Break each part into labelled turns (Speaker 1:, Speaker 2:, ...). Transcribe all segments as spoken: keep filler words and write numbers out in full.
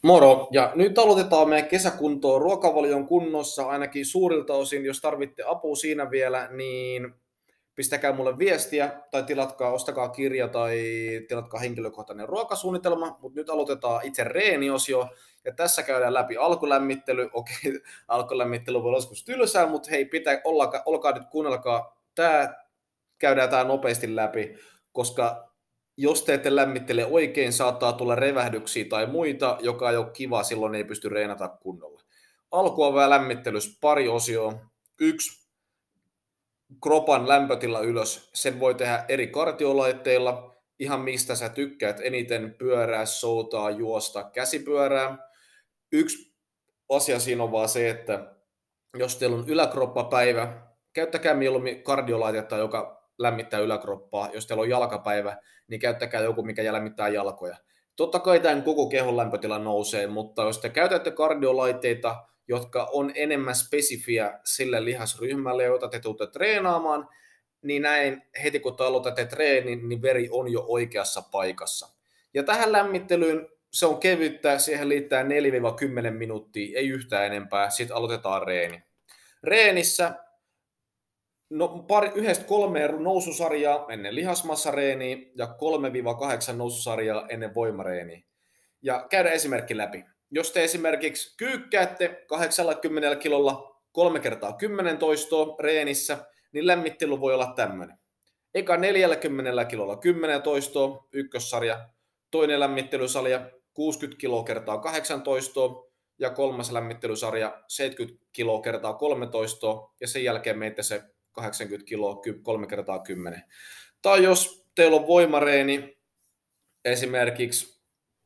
Speaker 1: Moro! Ja nyt aloitetaan meidän kesäkuntoon ruokavalion kunnossa ainakin suurilta osin. Jos tarvitte apua siinä vielä, niin pistäkää mulle viestiä tai tilatkaa, ostakaa kirja tai tilatkaa henkilökohtainen ruokasuunnitelma. Mutta nyt aloitetaan itse reeniosio ja tässä käydään läpi alkulämmittely. Okei, alkulämmittely voi joskus tylsää, mutta hei, pitää, olkaa, olkaa nyt, kuunnelkaa. Tää, käydään tää nopeasti läpi, koska jos te ette lämmittele oikein, saattaa tulla revähdyksiä tai muita, joka ei ole kiva, silloin ei pysty reenata kunnolla. Alku on vähän lämmittelys, pari osioa. Yksi, kropan lämpötila ylös. Sen voi tehdä eri kardiolaitteilla, ihan mistä sä tykkäät eniten, pyörää, soutaa, juosta, käsipyörää. Yksi asia siinä on vaan se, että jos teillä on yläkroppapäivä, käyttäkää mieluummin kardiolaitetta, joka lämmittää yläkroppaa. Jos teillä on jalkapäivä, niin käyttäkää joku, mikä lämmittää jalkoja. Totta kai tämän koko kehon lämpötila nousee, mutta jos te käytätte kardiolaitteita, jotka on enemmän spesifiä sille lihasryhmälle, jota te tulette treenaamaan, niin näin heti kun te aloitatte treenin, niin veri on jo oikeassa paikassa. Ja tähän lämmittelyyn se on kevyttä, siihen liittää neljä kymmenen minuuttia, ei yhtään enempää, sitten aloitetaan reeni. Reenissä no, pari, yhdestä kolmeen noususarjaa ennen lihasmassareeniä ja kolme kahdeksan noususarjaa ennen voimareeniä. Ja käydään esimerkki läpi. Jos te esimerkiksi kyykkäätte kahdeksankymmentä kilolla kolme kertaa kymmenen toistoa reenissä, niin lämmittely voi olla tämmöinen. Eka neljäkymmentä kilolla kymmenen toistoa, ykkössarja. Toinen lämmittelysarja kuusikymmentä kiloa kertaa kahdeksantoista ja kolmas lämmittelysarja seitsemänkymmentä kiloa kertaa kolmetoista ja sen jälkeen meitä se kahdeksankymmentä kiloa kolme kertaa kymmenen. Tai jos teillä on voimareeni esimerkiksi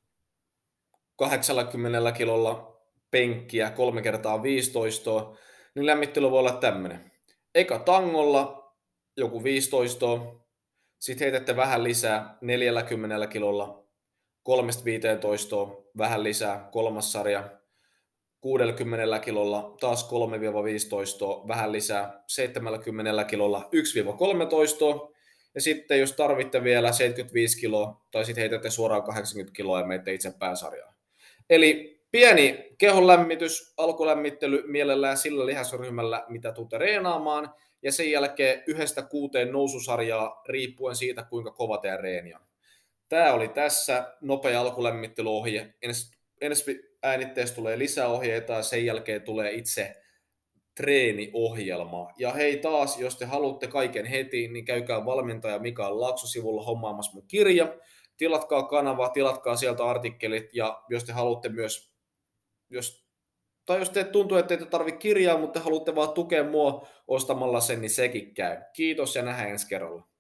Speaker 1: kahdeksankymmentä kilolla penkkiä kolme kertaa viisitoista, niin lämmittely voi olla tämmöinen. Eka tangolla joku viisitoista, sitten heitätte vähän lisää neljäkymmentä kilolla kolmesta viiteentoista, vähän lisää kolmas sarja, kuusikymmentä kilolla taas kolme viisitoista, vähän lisää seitsemänkymmentä kilolla yksi kolmetoista, ja sitten jos tarvitte vielä seitsemänkymmentäviisi kiloa, tai sitten heitätte suoraan kahdeksankymmentä kiloa ja menette itse pääsarjaan. Eli pieni kehon lämmitys, alkulämmittely mielellään sillä lihasryhmällä, mitä tuutte reenaamaan, ja sen jälkeen yhdestä kuuteen noususarjaa riippuen siitä, kuinka kova teidän reeni on. Tämä oli tässä nopea alkulämmittelyohje. Ensi, ensi äänitteessä tulee lisäohjeita ja sen jälkeen tulee itse treeniohjelma. Ja hei taas, jos te haluatte kaiken heti, niin käykää valmentaja Mikael Laakso-sivulla hommaamassa mun kirja. Tilatkaa kanava, tilatkaa sieltä artikkelit ja jos te haluatte myös, jos, tai jos te tuntuu, että ette tarvitse kirjaa, mutta haluatte vaan tukea mua ostamalla sen, niin sekin käy. Kiitos ja nähdään ensi kerralla.